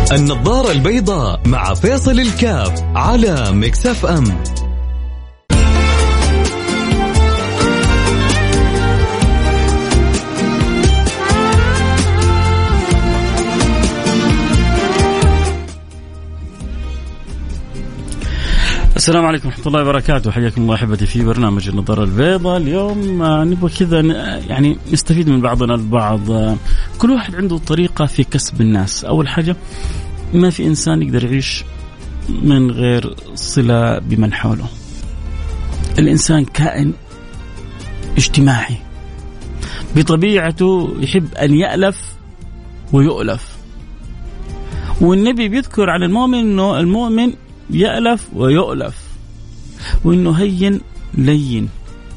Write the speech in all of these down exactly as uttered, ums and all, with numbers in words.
النظارة البيضاء مع فيصل الكاف على ميكس اف ام. السلام عليكم ورحمة الله وبركاته، حياكم الله أحبتي في برنامج النظارة البيضاء. اليوم نبغى كذا يعني نستفيد من بعضنا البعض. كل واحد عنده طريقة في كسب الناس. أول حاجة، ما في إنسان يقدر يعيش من غير صلة بمن حوله. الإنسان كائن اجتماعي بطبيعته، يحب أن يألف ويؤلف. والنبي بيذكر عن المؤمن أنه المؤمن يألف ويؤلف، وإنه هين لين،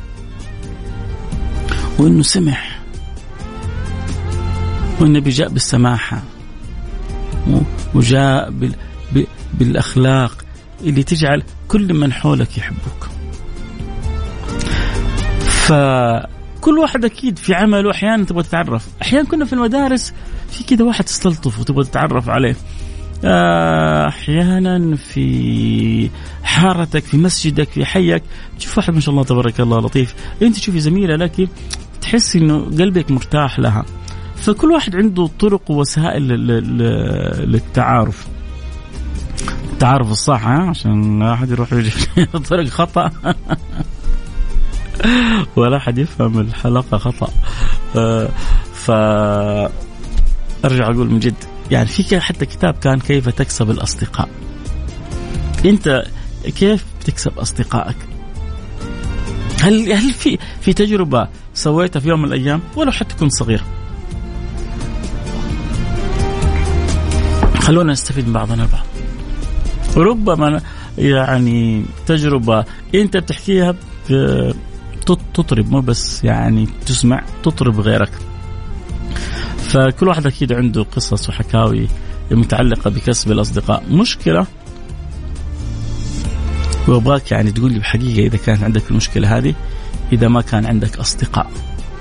وإنه سمح، والنبي جاء بالسماحة وجاء بالأخلاق اللي تجعل كل من حولك يحبك. فكل واحد أكيد في عمله أحيانا تبغى تتعرف. أحيانا كنا في المدارس في كده واحد تستلطف وتبغى تتعرف عليه. أحيانا في حارتك، في مسجدك، في حيك، تشوف واحد ما شاء الله تبارك الله لطيف، أنت تشوفي زميلة لك تحس إنه قلبك مرتاح لها. فكل واحد عنده طرق ووسائل للتعارف، التعارف الصح، عشان لا أحد يروح يجي طرق خطأ ولا أحد يفهم الحلقة خطأ. فأرجع أقول من جد، يعني في حتى كتاب كان كيف تكسب الأصدقاء. أنت كيف تكسب أصدقائك؟ هل هل في في تجربة سويتها في يوم من الأيام، ولو حتى تكون صغيرة؟ خلونا نستفيد من بعضنا البعض. ربما يعني تجربة أنت بتحكيها تطرب، مو بس يعني تسمع، تطرب غيرك. فكل واحد أكيد عنده قصص وحكاوي متعلقة بكسب الأصدقاء. مشكلة، وأبغاك يعني تقول لي بحقيقة إذا كانت عندك المشكلة هذه، إذا ما كان عندك أصدقاء.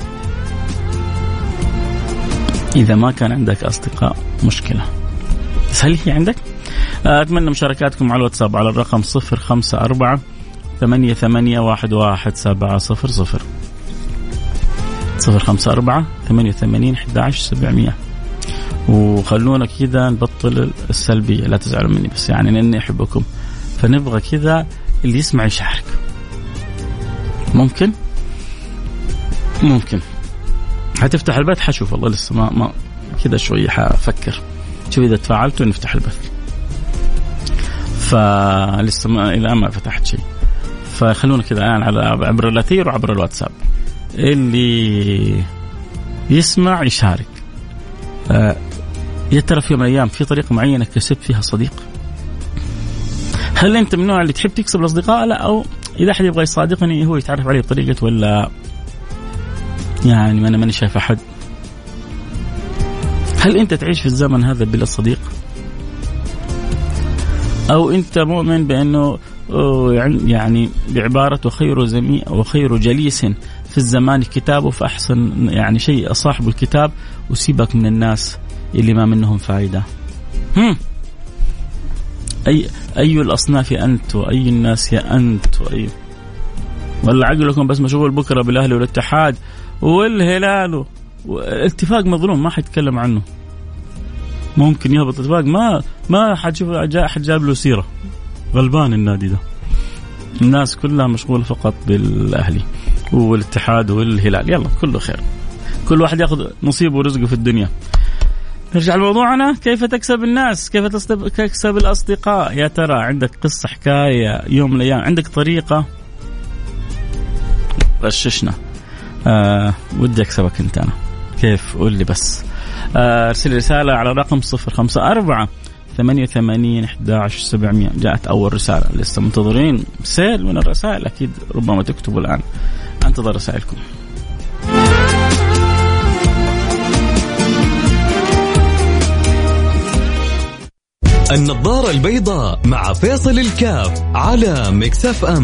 إذا ما كان عندك أصدقاء مشكلة. بس هل هي عندك؟ أتمنى مشاركاتكم على الواتساب على الرقم صفر خمسة أربعة ثمانية ثمانية واحد واحد سبعة صفر صفر صفر خمسة أربعة ثمانية ثمانين أحد عشر سبعمية. وخلونا كذا نبطل السلبية، لا تزعلوا مني، بس يعني لأني أحبكم، فنبغى كذا اللي يسمع يشارك. ممكن ممكن هتفتح البث، حشوف والله لسه ما ما كذا شوية حفكر، شوف إذا تفاعلتوا نفتح البث. فلسه ما إلى ما فتحت شيء، فخلونا كذا الآن على عبر الأثير وعبر الواتساب. اللي يسمع يشارك. آه يا ترى في يوم من الأيام في طريقة معينة كسبت فيها صديق؟ هل أنت من النوع اللي تحب تكسب الأصدقاء، لا أو إذا أحد يبغى يصادقني هو يتعرف عليه بطريقة، ولا يعني ما أنا ماني شايف أحد؟ هل أنت تعيش في الزمن هذا بلا صديق، أو أنت مؤمن بأنه يعني بعبارة وخير زميل وخير جليس في الزمان كتابه، فأحسن يعني شيء صاحب الكتاب وسيبك من الناس اللي ما منهم فائدة؟ هم. أي أي الأصناف أنت، وأي الناس يا أنت، وأي ولا عقلكم بس مشغول بكرة بالأهلي والاتحاد والهلال والاتفاق مظلوم ما حيتكلم عنه. ممكن يهبط الاتفاق، ما ما حتشوف جاء حد جاب له سيرة. غلبان النادي ده، الناس كلها مشغولة فقط بالأهلي والاتحاد والهلال. يلا كله خير، كل واحد ياخذ نصيبه ورزقه في الدنيا. نرجع لموضوعنا، كيف تكسب الناس، كيف تكسب الأصدقاء. يا ترى عندك قصة، حكاية يوم من الأيام، عندك طريقة؟ غششنا. آه ودي أكسبك أنت أنا، كيف؟ قول لي بس. آه ارسل رسالة على رقم صفر خمسة أربعة ثمانية ثمانين أحد عشر سبعمية. جاءت أول رسالة، لسه منتظرين سيل من الرسائل، أكيد ربما تكتبوا الآن، أنتظر رسائلكم. النظارة البيضاء مع فيصل الكاف على ميكس اف ام.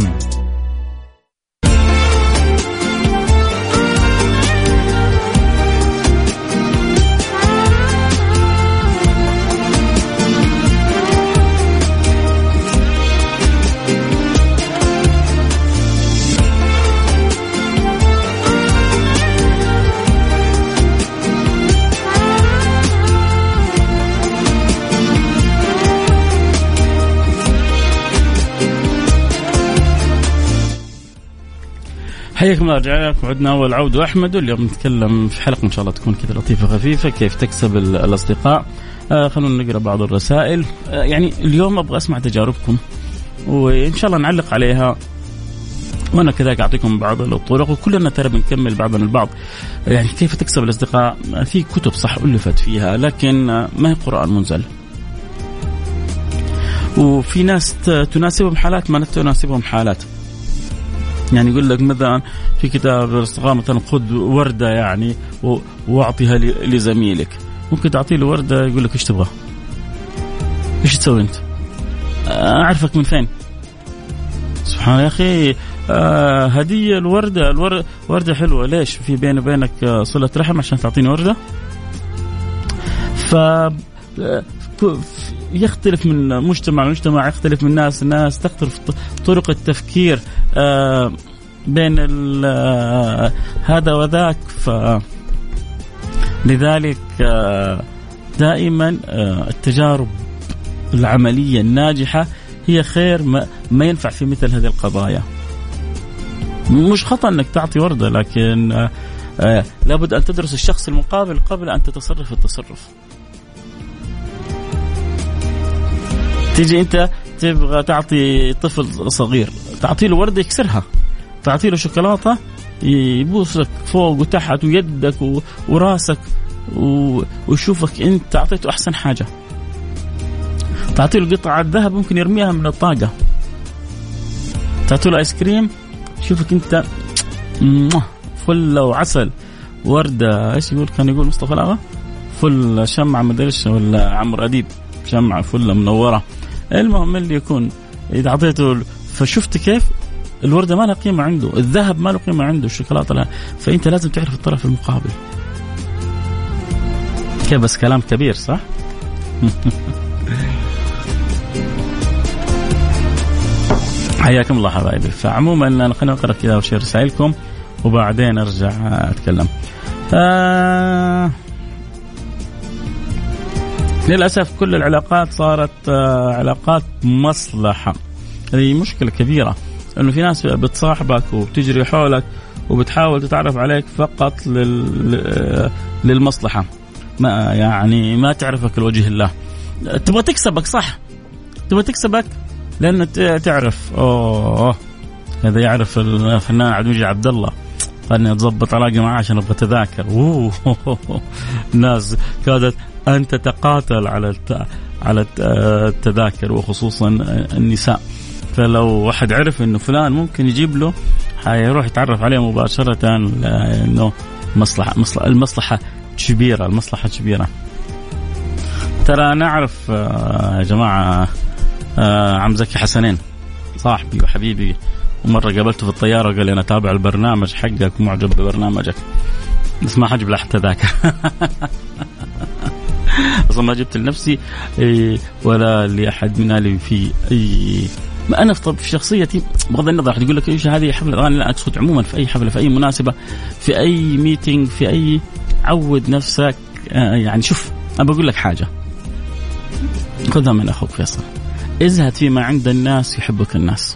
حياكم الله، رجعنا لكم عدنا والعود وأحمد. واليوم نتكلم في حلقة إن شاء الله تكون كذا لطيفة خفيفة، كيف تكسب الأصدقاء. آه خلونا نقرأ بعض الرسائل. آه يعني اليوم أبغى أسمع تجاربكم وإن شاء الله نعلق عليها، وأنا كذلك أعطيكم بعض الطرق، وكلنا ترى بنكمل بعضنا البعض. يعني كيف تكسب الأصدقاء، في كتب صح ألفت فيها، لكن ما هي قرآن منزل. وفي ناس تناسبهم حالات ما تناسبهم حالات. يعني يقول لك مثلا في كتاب الاصدقاء مثلا خذ وردة يعني واعطيها لزميلك، ممكن تعطي له وردة يقول لك ايش تبغى، ايش تسوي انت، اعرفك من فين. سبحان يا اخي، آه هدية الوردة، الوردة وردة حلوة، ليش في بيني وبينك صلة رحم عشان تعطيني وردة؟ ف يختلف من مجتمع لمجتمع، يختلف من ناس لناس، تختلف طرق التفكير آه بين آه هذا وذاك. ف لذلك آه دائما آه التجارب العملية الناجحة هي خير ما, ما ينفع في مثل هذه القضايا. مش خطأ أنك تعطي وردة، لكن آه آه لابد أن تدرس الشخص المقابل قبل أن تتصرف التصرف. تيجي أنت تبغى تعطي طفل صغير، تعطي له وردة يكسرها، تعطي له شوكولاتة يبوس لك فوق وتحت ويدك وراسك ويشوفك أنت أعطيته أحسن حاجة. تعطي له قطعة ذهب ممكن يرميها من الطاقة. تعطي له آيس كريم شوفك أنت فل وعسل. وردة إيش يقول، كان يقول مصطفى الأغا فل شمعة مدرسة ولا عمرو أديب شمعة فل منورة. المهم اللي يكون إذا أعطيته، فشفت كيف الوردة ما لها قيمة عنده، الذهب ما له قيمة عنده، الشوكولاتة لها. فأنت لازم تعرف الطرف المقابل. كيف بس كلام كبير صح؟ حياكم الله حبايبي. فعموما خلينا نقرأ كذا وشير رسائلكم وبعدين أرجع أتكلم. آه للأسف كل العلاقات صارت علاقات مصلحة. هذه مشكلة كبيرة، إنه في ناس بتصاحبك وبتجري حولك وبتحاول تتعرف عليك فقط لل... للمصلحة، ما يعني ما تعرفك الوجه الله. تبغى تكسبك صح، تبغى تكسبك لأن تعرف أوه هذا يعرف الفنان عبد المجيد عبد الله، خلني أتضبط علاقة معاه عشان أبغى أتذاكر. الناس كادت أن تتقاتل على على التذاكر، وخصوصا النساء. فلو واحد عرف إنه فلان ممكن يجيب له، هيروح يتعرف عليه مباشرة، إنه مصلحة مصلحة المصلحة كبيرة، المصلحة كبيرة. ترى نعرف يا جماعة عم زكي حسنين صاحبي وحبيبي، ومرة قابلته في الطيارة قال لي أنا تابع البرنامج حقك ومعجب ببرنامجك، بس ما حجب لحتى ذاك. أصلا ما جبت لنفسي ولا لأحد من أهلي في أي، ما أنا في شخصيتي بغض النظر. أحد يقول لك إيش هذه حفلة أغاني، لا أقصد عموما في أي حفلة، في أي مناسبة، في أي ميتينج، في أي، عود نفسك. يعني شوف أنا بقول لك حاجة، خذها من أخوك فيصل، ازهد فيما عند الناس يحبك الناس،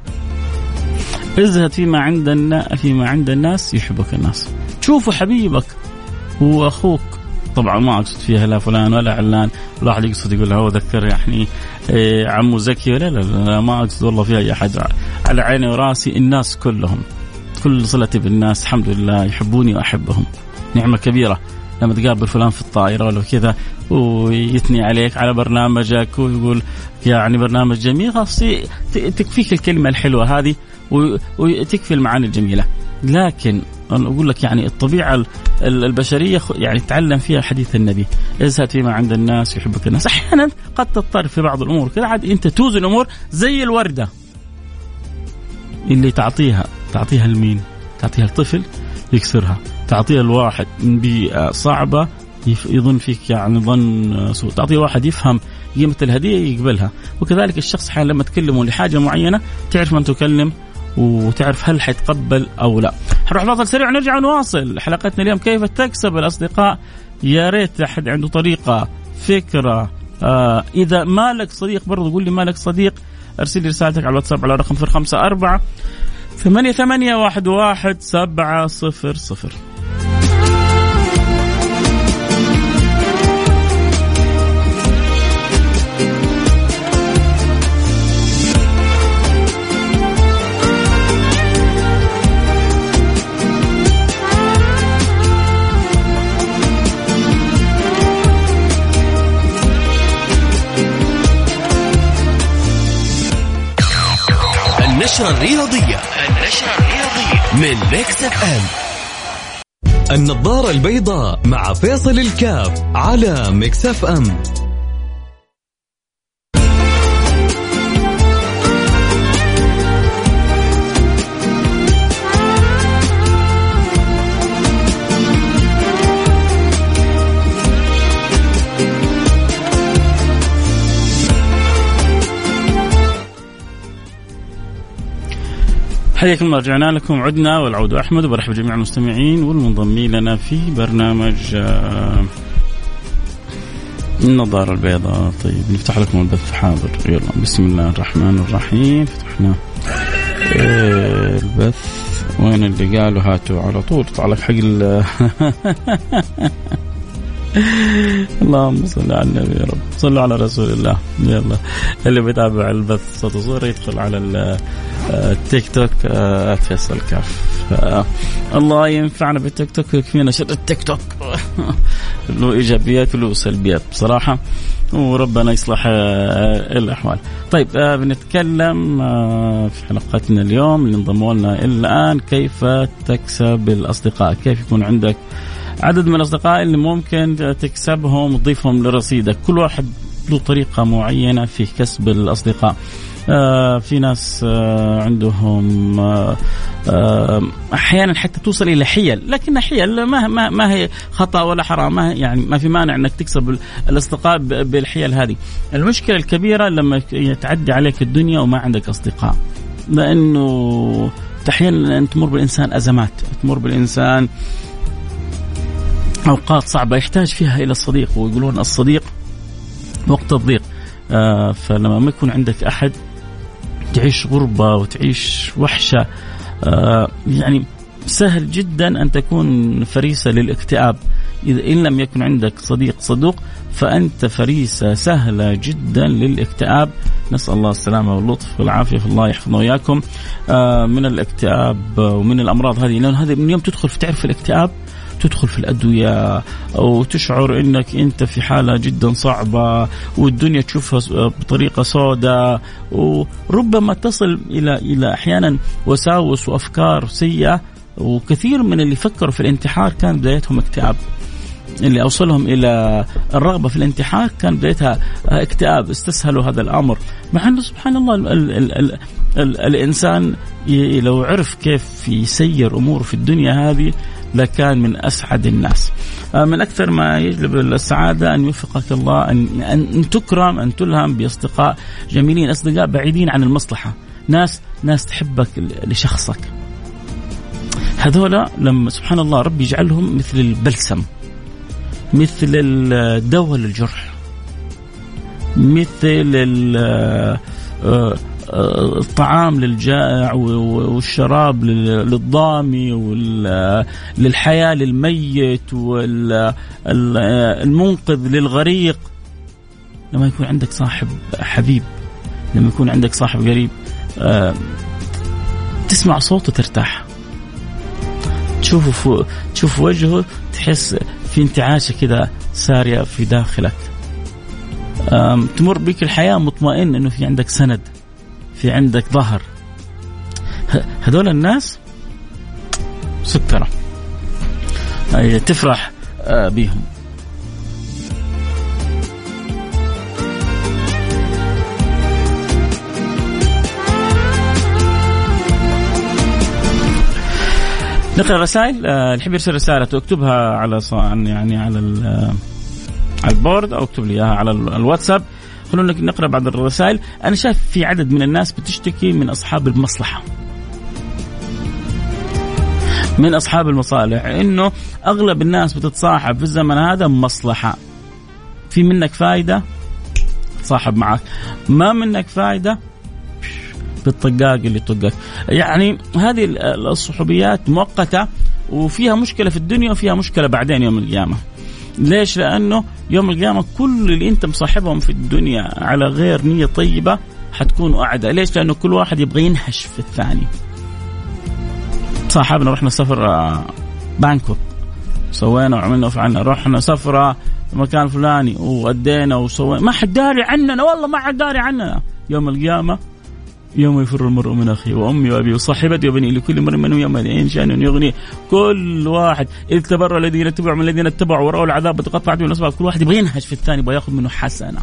ازهد فيما عند الناس فيما عند الناس يحبك الناس. شوفوا حبيبك وأخوك، طبعا ما أقصد فيها لا فلان ولا علان، لا أحد يقصد يقول هو ذكر يعني إيه عمو زكي، لا لا لا ما أقصد والله فيها أي أحد، على عيني وراسي. الناس كلهم، كل صلتي بالناس الحمد لله يحبوني وأحبهم، نعمة كبيرة. لما تقابل فلان في الطائرة ولا كذا ويثني عليك على برنامجك ويقول يعني برنامج جميل، خلاص تكفيك الكلمة الحلوة هذه وتكفي المعاني الجميلة. لكن أنا أقول لك يعني الطبيعة البشرية يعني تعلم فيها حديث النبي، ازهد فيما عند الناس يحبك الناس. أحيانا قد تضطر في بعض الأمور كذا، عاد أنت توزن الأمور زي الوردة اللي تعطيها تعطيها لمين؟ تعطيها الطفل يكسرها، تعطيها الواحد من بيئة صعبة يظن فيك يعني ظن سوء، تعطيه واحد يفهم قيمة الهدية يقبلها. وكذلك الشخص حال لما تكلمه لحاجة معينة تعرف من تكلم وتعرف هل حيتقبل أو لا. حنروح فاصل سريع ونرجع نواصل حلقتنا اليوم، كيف تكسب الأصدقاء. يا ريت أحد عنده طريقة، فكرة. آه إذا ما لك صديق برضو قول لي ما لك صديق، أرسل لي رسالتك على الواتساب على رقم صفر خمسة أربعة ثمانية ثمانية واحد واحد سبعة صفر صفر. النشرة الرياضية النشرة الرياضية من ميكس اف ام. النظارة البيضاء مع فيصل الكاف على ميكس اف ام. حياكم الله، رجعنا لكم عدنا والعود أحمد، وبرحب جميع المستمعين والمنضمين لنا في برنامج النظارة البيضاء. طيب نفتح لكم البث، حاضر، يلا بسم الله الرحمن الرحيم. فتحنا البث، وين اللي قالوا هاتوا على طول طلع لك حق اللهم صل على النبي، يا رب صلوا على رسول الله. يلا اللي بيتابع البث صوت وصورة يدخل على التيك توك فيصل كاف. الله ينفعنا بالتيك توك ويكفينا شر التيك توك. له ايجابيات وله سلبيات بصراحه، وربنا يصلح الاحوال. طيب بنتكلم في حلقتنا اليوم اللي انضموا لنا الان كيف تكسب الاصدقاء، كيف يكون عندك عدد من الأصدقاء اللي ممكن تكسبهم وتضيفهم لرصيدك. كل واحد له طريقة معينة في كسب الأصدقاء. آه في ناس آه عندهم آه آه أحيانا حتى توصل إلى حيل، لكن حيل ما, ما, ما هي خطأ ولا حرام، ما يعني ما في مانع أنك تكسب الأصدقاء بالحيل هذه. المشكلة الكبيرة لما يتعدي عليك الدنيا وما عندك أصدقاء، لأنه أحيانا أنت تمر بالإنسان أزمات، تمر بالإنسان أوقات صعبة يحتاج فيها إلى الصديق، ويقولون الصديق وقت الضيق. آه فلما ما يكون عندك أحد تعيش غربة وتعيش وحشة، آه يعني سهل جدا أن تكون فريسة للاكتئاب. إذا إن لم يكن عندك صديق صدوق فأنت فريسة سهلة جدا للاكتئاب. نسأل الله السلامة واللطف والعافية، في الله يحفظنا وياكم آه من الاكتئاب ومن الأمراض هذه. لأن هذا من يوم تدخل في تعرف الاكتئاب تدخل في الأدوية أو تشعر أنك أنت في حالة جدا صعبة والدنيا تشوفها بطريقة سوداء، وربما تصل إلى إلى أحيانا وساوس وأفكار سيئة. وكثير من اللي فكروا في الانتحار كان بدايتهم اكتئاب، اللي أوصلهم إلى الرغبة في الانتحار كان بدايتها اكتئاب، استسهلوا هذا الأمر. مع أنه سبحان الله ال ال ال ال الإنسان لو عرف كيف يسير أمور في الدنيا هذه لكان من أسعد الناس. من أكثر ما يجلب السعادة أن يوفقك الله أن, أن تكرم، أن تلهم بأصدقاء جميلين، أصدقاء بعيدين عن المصلحة، ناس ناس تحبك لشخصك. هذولا لما سبحان الله ربي يجعلهم مثل البلسم، مثل الدواء للجرح، مثل الطعام للجائع والشراب للضامي وللحياة للميت والمنقذ للغريق. لما يكون عندك صاحب حبيب، لما يكون عندك صاحب قريب، تسمع صوته ترتاح، تشوفه تشوف وجهه تحس في انتعاشة كده سارية في داخلك. تمر بك الحياة مطمئن انه في عندك سند، في عندك ظهر. هذول الناس سكرة تفرح بيهم. نقرأ رسائل. اللي يحب يرسل رسالة اكتبها على يعني على على البورد أو اكتب لي إياها على الواتساب. خلونا نقرأ بعض الرسائل. أنا شايف في عدد من الناس بتشتكي من أصحاب المصلحة، من أصحاب المصالح، إنه أغلب الناس بتتصاحب في الزمن هذا مصلحة. في منك فائدة صاحب معك، ما منك فائدة بالطقاق اللي طقك. يعني هذه الصحوبيات مؤقتة وفيها مشكلة في الدنيا وفيها مشكلة بعدين يوم القيامة. ليش؟ لأنه يوم القيامة كل اللي أنت مصاحبهم في الدنيا على غير نية طيبة حتكونوا أعداء. ليش؟ لأنه كل واحد يبغى ينهش في الثاني. صاحبنا رحنا سفر بانكوك، سوينا وعملنا وفعلنا، رحنا سفرة مكان فلاني وأدينا وسوينا، ما حد داري عننا، والله ما حد داري عننا. يوم القيامة يوم يفر المرء من أخيه وأمي وأبي وصاحبتي وبني لكل امرئ منهم يومئذ شأن يغنيه. كل واحد إذ تبرأ الذين اتبعوا من الذين اتبعوا ورأوا العذاب وتقطعت بهم الأسباب. كل واحد يبغى ينهش في الثاني، يبغى ياخذ منه حسنة.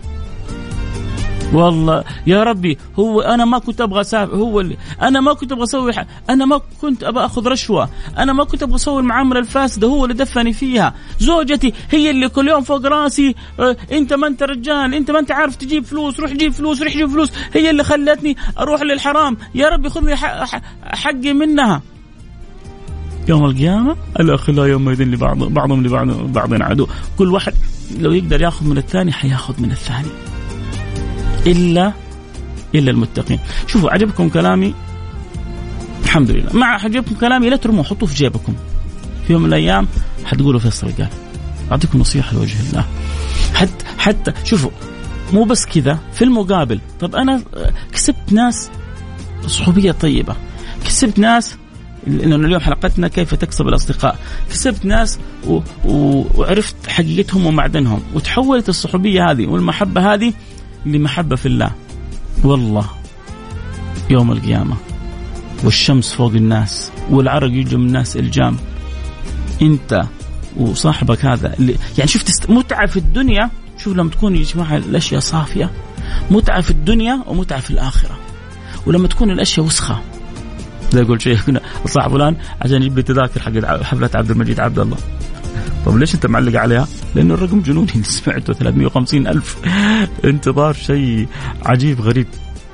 والله يا ربي، هو أنا ما كنت أبغى أسافر، هو اللي أنا ما كنت أبغى أسوي، أنا ما كنت أبغى أخذ رشوة، أنا ما كنت أبغى أسوي المعاملة الفاسدة، هو اللي دفني فيها. زوجتي هي اللي كل يوم فوق راسي، اه أنت ما أنت رجال، أنت ما أنت عارف تجيب فلوس، روح جيب فلوس، روح جيب فلوس، هي اللي خلتني أروح للحرام، يا ربي خذ لي حقي منها. يوم القيامة الأخلاء يومئذ لبعض بعضهم لبعض بعض عدو. كل واحد لو يقدر يأخذ من الثاني حياخذ من الثاني، إلا إلا المتقين. شوفوا، عجبكم كلامي الحمد لله، مع عجبكم كلامي لا ترموا، حطوه في جيبكم. في يوم من الأيام حتقولوا فيصل قال. أعطيكم نصيحة لوجه الله. حتى حتى شوفوا، مو بس كذا، في المقابل طب أنا كسبت ناس صحوبية طيبة، كسبت ناس، لأنه اليوم حلقتنا كيف تكسب الأصدقاء، كسبت ناس و... و... وعرفت حقيقتهم ومعدنهم، وتحولت الصحوبية هذه والمحبة هذه لمحبة في الله. والله يوم القيامة والشمس فوق الناس والعرق يجي من الناس الجام، انت وصاحبك هذا اللي يعني شفت متعة في الدنيا. شوف لما تكون يا جماعة الأشياء صافية، متعة في الدنيا ومتعة في الآخرة. ولما تكون الأشياء وسخة، زي يقول شيء كنا صاحب فلان عشان يجيب لي تذاكر حق حفلة عبد المجيد عبد الله. طب ليش انت معلق عليها؟ لانه الرقم جنوني، سمعته ثلاثمائة وخمسين ألف انتظار، شيء عجيب غريب.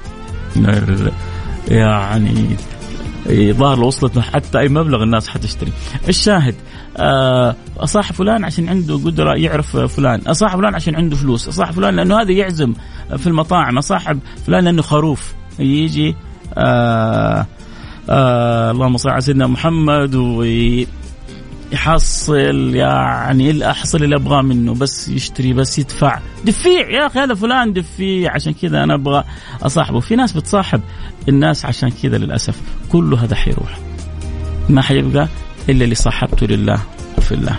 يعني ظاهر لو وصلت حتى اي مبلغ الناس حتشتري. الشاهد، اصاحب فلان عشان عنده قدرة يعرف فلان، اصاحب فلان عشان عنده فلوس، اصاحب فلان لانه هذا يعزم في المطاعم، اصاحب فلان لانه خروف يجي آه آه اللهم صل على سيدنا محمد وي يحصل يعني الأحصل اللي أبغاه منه، بس يشتري، بس يدفع، دفيع يا أخي، هذا فلان دفيع، عشان كذا أنا أبغى أصاحبه. في ناس بتصاحب الناس عشان كذا، للأسف كله هذا حيروح، ما حيبقى إلا اللي صاحبته لله وفي الله.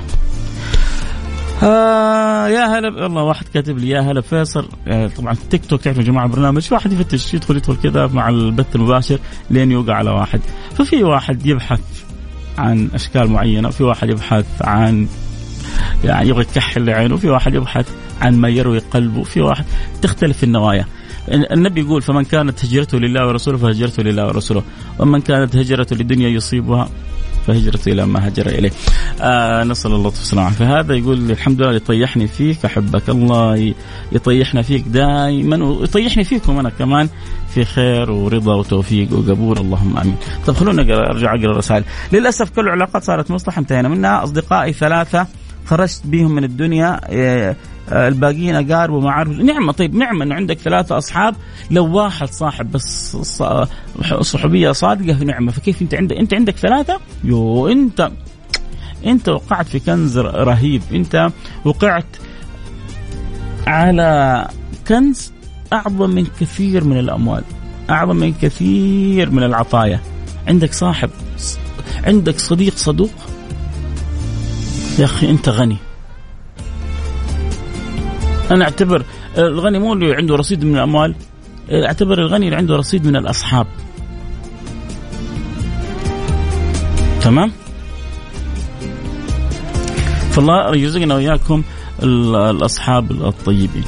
آه يا هلا والله، واحد كاتب لي يا هلا فيصل. آه طبعا تيك توك تعرفوا يا جماعة برنامج، في واحد يفتش يدخل يدخل كذا مع البث المباشر لين يوقع على واحد. ففي واحد يبحث عن أشكال معينة، في واحد يبحث عن يعني يبغى يكحل عينه، في واحد يبحث عن ما يروي قلبه، في واحد تختلف النوايا. النبي يقول فمن كانت هجرته لله ورسوله فهجرته لله ورسوله، ومن كانت هجرته للدنيا يصيبها فهجرته إلى ما هجر إليه. آه نسأل الله السلامة. فهذا يقول الحمد لله يطيحني فيك، أحبك الله يطيحنا فيك دائما ويطيحني فيكم أنا كمان في خير ورضا وتوفيق وقبول، اللهم آمين. طب خلونا أرجع أقرأ الرسائل. للأسف كل العلاقات صارت مصلحة انتهينا منها. أصدقائي ثلاثة خرجت بهم من الدنيا، الباقيين أقارب ومعارف. نعمة، طيب نعمة أنه عندك ثلاثة أصحاب. لو واحد صاحب بس صحوبية صادقة في نعمة، فكيف أنت عندك أنت عندك ثلاثة؟ يو أنت أنت وقعت في كنز رهيب، أنت وقعت على كنز أعظم من كثير من الأموال، أعظم من كثير من العطايا. عندك صاحب، عندك صديق صدوق، يا أخي أنت غني. أنا أعتبر الغني مو اللي عنده رصيد من الأموال، أعتبر الغني اللي عنده رصيد من الأصحاب. تمام؟ فالله يرزقنا وإياكم الأصحاب الطيبين.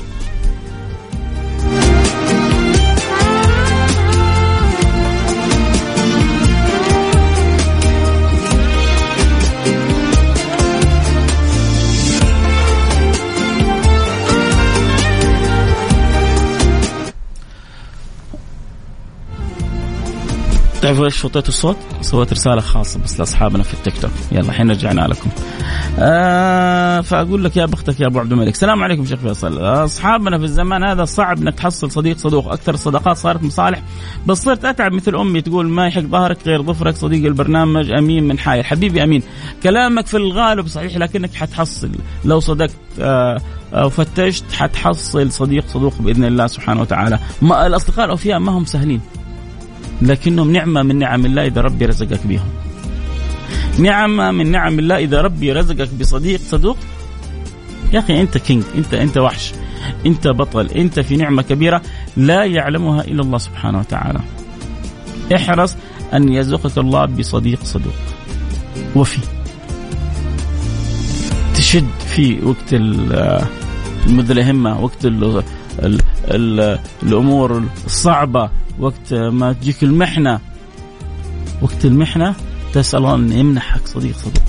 تعرفوا ايش صوتيت الصوت؟ سويت رسالة خاصة بس لأصحابنا في التيك توك. يلا حين رجعنا لكم. آه فأقول لك يا بختك يا أبو عبد الملك. السلام عليكم شيخ فيصل. أصحابنا في الزمان هذا صعب إنك تحصل صديق صدوق، أكثر الصداقات صارت مصالح، بس صرت أتعب مثل أمي تقول ما يحق ظهرك غير ظفرك. صديق البرنامج أمين من حايل. حبيبي أمين، كلامك في الغالب صحيح، لكنك حتحصل لو صدقت آه وفتشت حتحصل صديق صدوق بإذن الله سبحانه وتعالى. ما الأصدقاء الأوفياء ما هم سهلين، لكنهم نعمة من نعم الله إذا ربي رزقك بهم. نعمة من نعم الله إذا ربي رزقك بصديق صدوق. يا أخي أنت كينج، أنت أنت وحش، أنت بطل، أنت في نعمة كبيرة لا يعلمها إلا الله سبحانه وتعالى. احرص أن يرزقك الله بصديق صدوق وفي تشد في وقت المذلهمة، وقت ال ال ال الأمور الصعبة، وقت ما تجيك المحنة. وقت المحنة تسأل الله أن يمنحك صديق صدوق،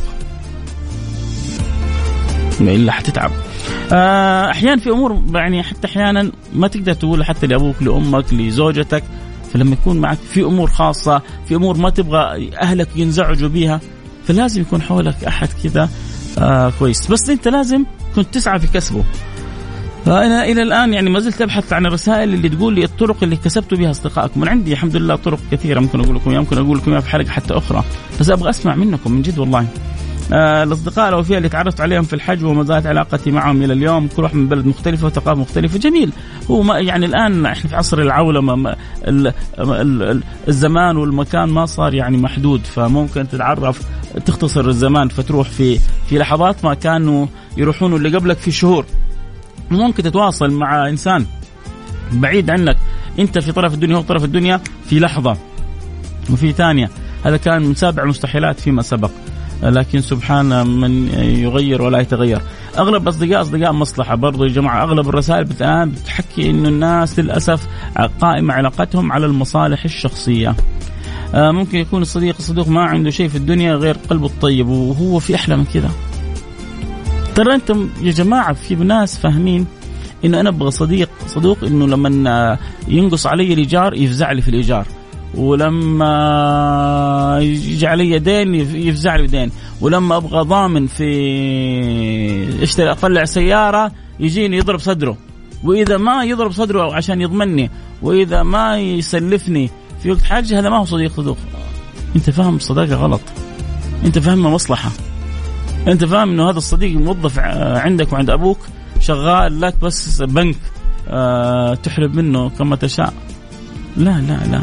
إلا حتتعب. أحيانا في أمور يعني حتى أحيانا ما تقدر تقول حتى لأبوك لأمك لزوجتك، فلما يكون معك في أمور خاصة، في أمور ما تبغى أهلك ينزعجوا بيها، فلازم يكون حولك أحد كذا آه كويس. بس أنت لازم كنت تسعى في كسبه. فأنا إلى الآن يعني ما زلت أبحث عن الرسائل اللي تقول لي الطرق اللي كسبتوا بها أصدقائكم. من عندي الحمد لله طرق كثيرة ممكن أقول لكم، يمكن أقول لكم في حلقة حتى أخرى، بس أبغى أسمع منكم من جد والله. آه الأصدقاء الأوفياء اللي تعرفت عليهم في الحج وما زالت علاقتي معهم إلى اليوم، كل واحد من بلد مختلفة وثقافة مختلفة. جميل. هو ما يعني الآن إحنا في عصر العولمة، الزمان والمكان ما صار يعني محدود، فممكن تتعرف تختصر الزمان فتروح في في لحظات ما كانوا يروحون اللي قبلك في شهور. ممكن تتواصل مع إنسان بعيد عنك، أنت في طرف الدنيا هو طرف الدنيا في لحظة وفي ثانية. هذا كان من سابع مستحيلات فيما سبق، لكن سبحان من يغير ولا يتغير. أغلب أصدقاء أصدقاء مصلحة برضو يا جماعة. أغلب الرسائل الآن بتحكي إنه الناس للأسف قائمة علاقتهم على المصالح الشخصية. ممكن يكون الصديق الصدوق ما عنده شيء في الدنيا غير قلبه الطيب، وهو في أحلى من كذا. ترى أنتم يا جماعة في ناس فاهمين إنه أنا أبغى صديق صدوق إنه لما ينقص علي الإيجار يفزع لي في الإيجار، ولما يجي علي دين يفزع لي دين، ولما أبغى ضامن في اشتري أطلع سيارة يجيني يضرب صدره، وإذا ما يضرب صدره عشان يضمني، وإذا ما يسلفني في وقت حاجة، هذا ما هو صديق صدوق. أنت فاهم الصداقة غلط، أنت فاهم مصلحة، أنت فاهم إنه هذا الصديق موظف عندك وعند أبوك شغال لك بس بنك أه تحلب منه كما تشاء. لا لا لا،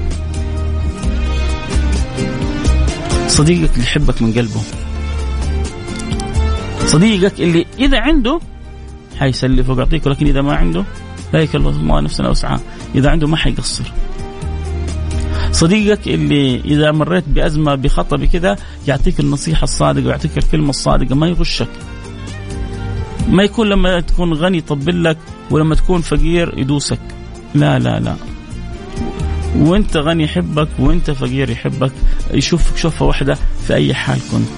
صديقك اللي يحبك من قلبه، صديقك اللي إذا عنده حيسلفك ويعطيك، ولكن إذا ما عنده لا يكلف الله نفسا وسعها، إذا عنده ما حيقصر. صديقك اللي إذا مريت بأزمة بخطأ بكذا يعطيك النصيحة الصادقة ويعطيك الكلمة الصادقة، ما يغشك. ما يكون لما تكون غني يطبل لك ولما تكون فقير يدوسك. لا لا لا، وانت غني يحبك وانت فقير يحبك، يشوفك شوفة واحدة في أي حال كنت.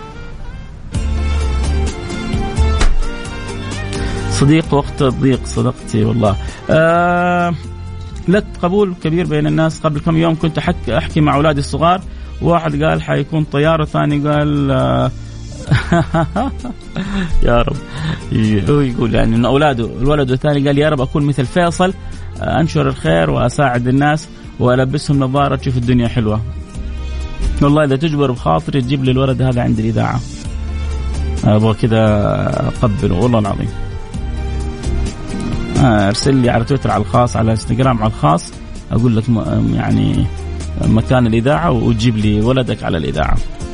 صديق وقت الضيق صدقتي والله. آه لك قبول كبير بين الناس. قبل كم يوم كنت أحكي مع أولادي الصغار، واحد قال حيكون طيار، الثاني قال آه يا رب. هو يقول يعني إن أولاده، الولد الثاني قال يا رب أكون مثل فيصل، أنشر الخير وأساعد الناس وألبسهم نظارة تشوف الدنيا حلوة. والله إذا تجبر بخاطري تجيب لي الولد هذا عند الإذاعة، أبغى كذا أقبله والله العظيم. أرسل لي على تويتر على الخاص، على انستغرام على الخاص، أقول لك يعني مكان الإذاعة وتجيب لي ولدك على الإذاعة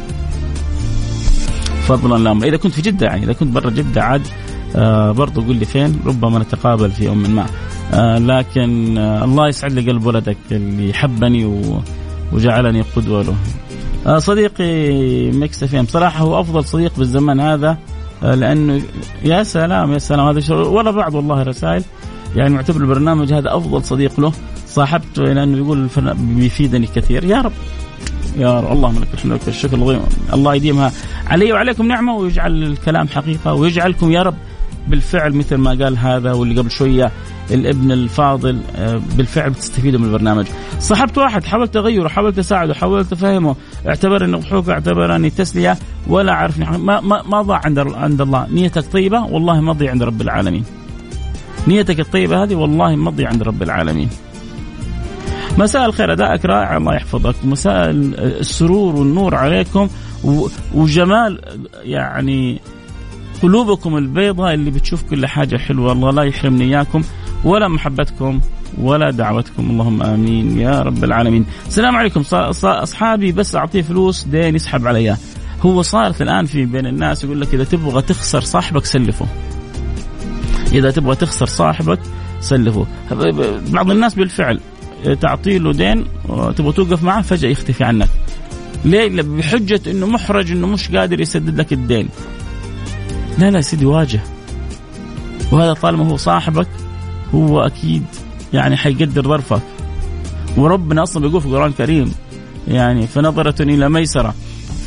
فضلا الأمر. إذا كنت في جدة يعني، إذا كنت برا جدة عاد آه برضو قل لي فين، ربما نتقابل في يوم ما. آه لكن آه الله يسعد لي قلب ولدك اللي حبني وجعلني قدوة له. آه صديقي ميكس اف ام بصراحة هو أفضل صديق بالزمن هذا، آه لأنه يا سلام يا سلام هذا شو ولا بعض والله رسائل يعني معتبر البرنامج هذا أفضل صديق له صاحبته، لأنه يقول بيفيدني كثير. يا رب يا رب، اللهم لك الحمد ولك الشكر العظيم. الله يديمها علي وعليكم نعمة، ويجعل الكلام حقيقة، ويجعلكم يا رب بالفعل مثل ما قال هذا واللي قبل شوية الابن الفاضل بالفعل بتستفيدوا من البرنامج. صاحبت واحد حاولت أغيره، حاولت أساعده، حاولت أفهمه، اعتبر أنه ضحوك، اعتبرني تسلية، ولا عرفني. ما, ما, ما ضاع عند, عند الله. نيتك طيبة والله ما ضيع عند رب العالمين. نيتك الطيبة هذه والله ما ضيع عند رب العالمين. مساء الخير، أداءك رائع الله يحفظك، مساء السرور والنور عليكم وجمال يعني قلوبكم البيضاء اللي بتشوف كل حاجة حلوة. الله لا يحرمني إياكم ولا محبتكم ولا دعوتكم، اللهم آمين يا رب العالمين. السلام عليكم، أصحابي بس أعطيه فلوس دين يسحب عليها. هو صارت الآن في بين الناس يقول لك إذا تبغى تخسر صاحبك سلفه، إذا تبغى تخسر صاحبك سلفه. بعض الناس بالفعل تعطيه له دين وتبغى توقف معه فجأة يختفي عنك. ليه؟ بحجة إنه محرج، إنه مش قادر يسدد لك الدين. لا لا سيدي، واجه. وهذا طالما هو صاحبك هو أكيد يعني حيقدر ظرفك. وربنا أصلا بيقول في القرآن الكريم يعني فنظرة إلى ميسرة. ف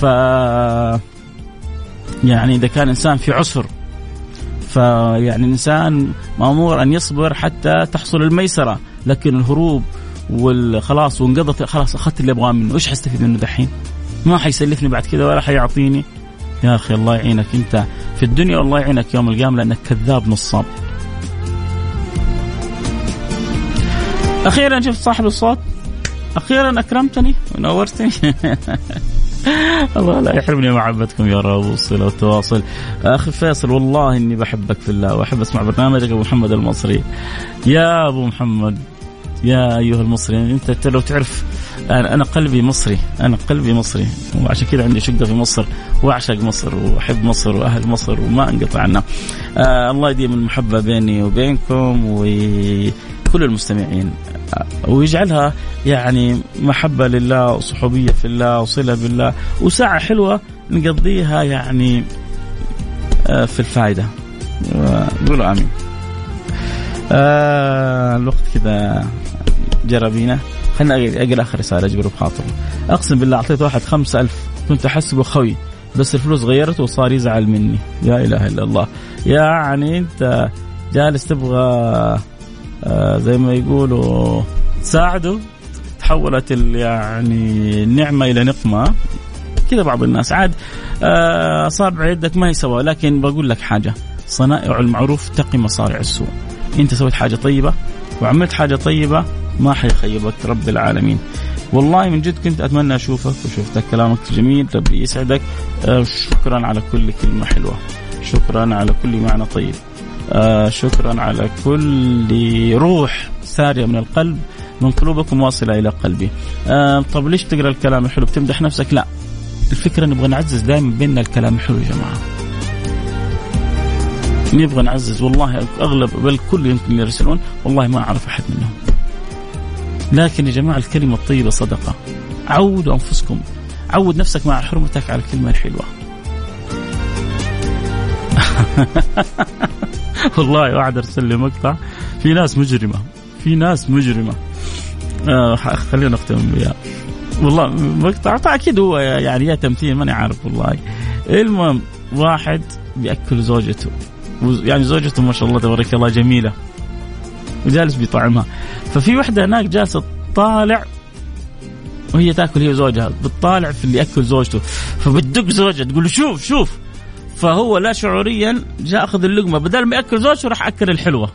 يعني إذا كان إنسان في عسر فيعني الإنسان مأمور أن يصبر حتى تحصل الميسرة، لكن الهروب والخلاص وانقضت خلاص أخذت اللي أبغاه منه، إيش حستفيد منه دحين؟ ما حيسلفني بعد كذا ولا حيعطيني. يا أخي الله يعينك أنت في الدنيا والله يعينك يوم القيامة، لأنك كذاب نصاب. أخيرا شفت صاحب الصوت، أخيرا أكرمتني ونورتني. الله لا يحرمني محبتكم يا رب والصلة والتواصل. أخي فيصل والله إني بحبك في الله وأحب أسمع برنامجك أبو محمد المصري. يا أبو محمد يا أيها المصري، أنت لو تعرف أنا قلبي مصري، أنا قلبي مصري، وعشان كذا عندي شقة في مصر وأعشق مصر وأحب مصر وأهل مصر وما انقطع عنها. آه الله يديم المحبة بيني وبينكم وكل المستمعين، ويجعلها يعني محبة لله وصحوبية في الله وصلة بالله وساعة حلوة نقضيها يعني آه في الفائدة. قولوا آمين. آه الوقت كذا جربينا، خلنا أقل آخر رسالة أجبره بخاطره. أقسم بالله أعطيت واحد خمسة ألف كنت أحسبه خوي، بس الفلوس غيرته وصار يزعل مني. يا إله إلا الله. يعني أنت جالس تبغى آه زي ما يقولوا تساعده، تحولت يعني النعمة إلى نقمة كذا. بعض الناس عاد آه أصابع يدك ما يسوى. لكن بقول لك حاجة، صنائع المعروف تقي مصارع السوء. أنت سويت حاجة طيبة وعملت حاجة طيبة ما حيخيبك رب العالمين. والله من جد كنت أتمنى أشوفك وشوفتك، كلامك جميل ربي يسعدك. آه شكرا على كل كلمة حلوة، شكرا على كل معنى طيب، آه شكرا على كل روح سارية من القلب، من قلوبكم واصلة إلى قلبي. آه طب ليش تقرأ الكلام الحلو بتمدح نفسك؟ لا، الفكرة نبغى نعزز دائما بيننا الكلام الحلو يا جماعة، نبغى نعزز. والله أغلب بل كل يمكن يرسلون والله ما أعرف أحد منهم. لكن يا جماعة الكلمة الطيبة صدقة. عودوا أنفسكم، عود نفسك مع حرمتك على الكلمة الحلوة. والله واحد أرسل لي مقطع في ناس مجرمة، في ناس مجرمة آه خلينا نختم بها. والله مقطع أكيد هو يعني يا تمثيل ماني عارف والله. المهم واحد بيأكل زوجته، يعني زوجته ما شاء الله تبارك الله جميلة وجالس بيطعمها، ففي وحدة هناك جالسة تطالع وهي تاكل هي زوجها، بتطالع في اللي يأكل زوجته، فبتدق زوجها تقول له شوف شوف، فهو لا شعوريا جاء أخذ اللقمة بدل ما يأكل زوجته راح أكل الحلوة.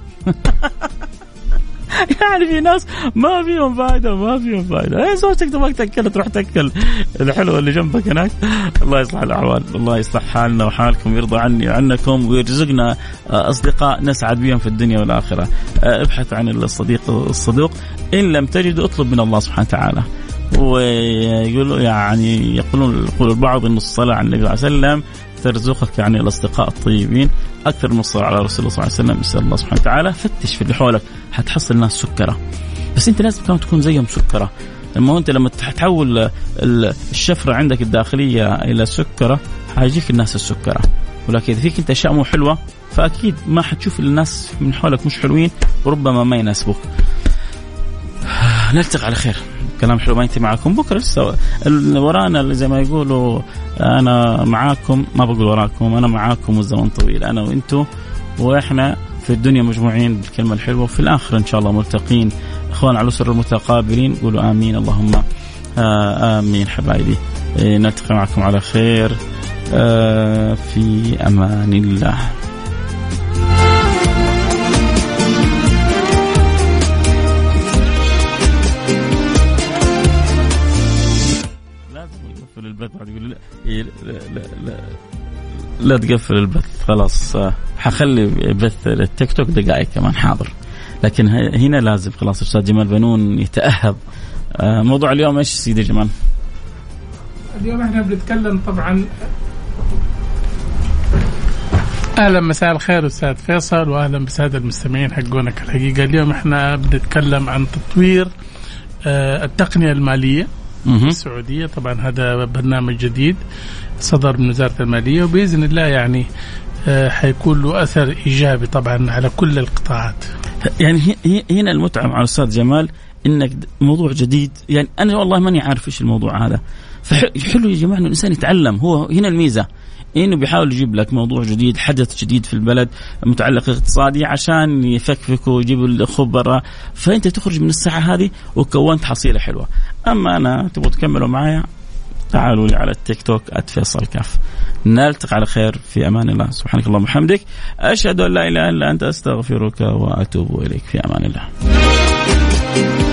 يعني في ناس ما فيهم فائدة، ما فيهم فائدة. ايه زوجتك تبغى تاكل تروح تاكل الحلوة اللي جنبك هناك. الله يصلح الأحوال، الله يصلح حالنا وحالكم، يرضى عني وعنكم ويرزقنا أصدقاء نسعد بهم في الدنيا والآخرة. ابحث عن الصديق الصدوق، إن لم تجد اطلب من الله سبحانه وتعالى. ويقولوا يعني يقولون يقول البعض إن الصلاة على النبي صلى الله عليه وسلم ترزقك يعني الأصدقاء الطيبين أكثر من الصلاة على رسول الله صلى الله عليه وسلم. اسأل الله سبحانه وتعالى. فتش في اللي حولك حتحصل الناس سكرة، بس أنت لازم كمان تكون زيهم سكرة. لما أنت لما تحول الشفرة عندك الداخلية إلى سكرة حيجيك الناس السكرة. ولكن إذا فيك أنت أشياء مو حلوة فأكيد ما حتشوف الناس من حولك مش حلوين، وربما ما يناسبوك. نلتقي على خير. كلام حلو ما ينتهي معكم بكرة لسه ورانا زي ما يقولوا. أنا معاكم، ما بقول وراكم، أنا معاكم والزمن طويل، أنا وإنتو وإحنا في الدنيا مجموعين بالكلمة الحلوة، وفي الآخرة إن شاء الله ملتقين إخوان على سر المتقابلين. قولوا آمين اللهم آه آمين. حبايبي نلتقي معكم على خير آه في أمان الله. لازم يقفل البث بعد يقول لا لا لا, لا. لا تقفل البث خلاص، حخلي بث التيك توك دقائق كمان حاضر، لكن هنا لازم خلاص أستاذ جمال بنون يتأهب. موضوع اليوم إيش سيدي جمال؟ اليوم احنا بنتكلم طبعا، اهلا مساء الخير استاذ فيصل، واهلا بالساده المستمعين حقونك. الحقيقه اليوم احنا بنتكلم عن تطوير التقنيه الماليه في السعوديه. طبعا هذا برنامج جديد صدر من وزاره الماليه، وباذن الله يعني حيكون له اثر ايجابي طبعا على كل القطاعات. يعني هنا المتعه مع الاستاذ جمال انك موضوع جديد، يعني انا والله ماني عارف ايش الموضوع هذا، فحلو يا جماعه انه الانسان يتعلم. هو هنا الميزه انه بيحاول يجيب لك موضوع جديد، حدث جديد في البلد متعلق اقتصادي عشان يفكفك ويجيب الخبراء، فانت تخرج من الساعه هذه وكونت حصيله حلوه. اما انا تبغوا تكملوا معايا تعالوا لي على التيك توك @فيصل كاف. نلتقي على خير في امان الله. سبحانك اللهم وبحمدك، اشهد ان لا اله الا انت، استغفرك واتوب اليك. في امان الله.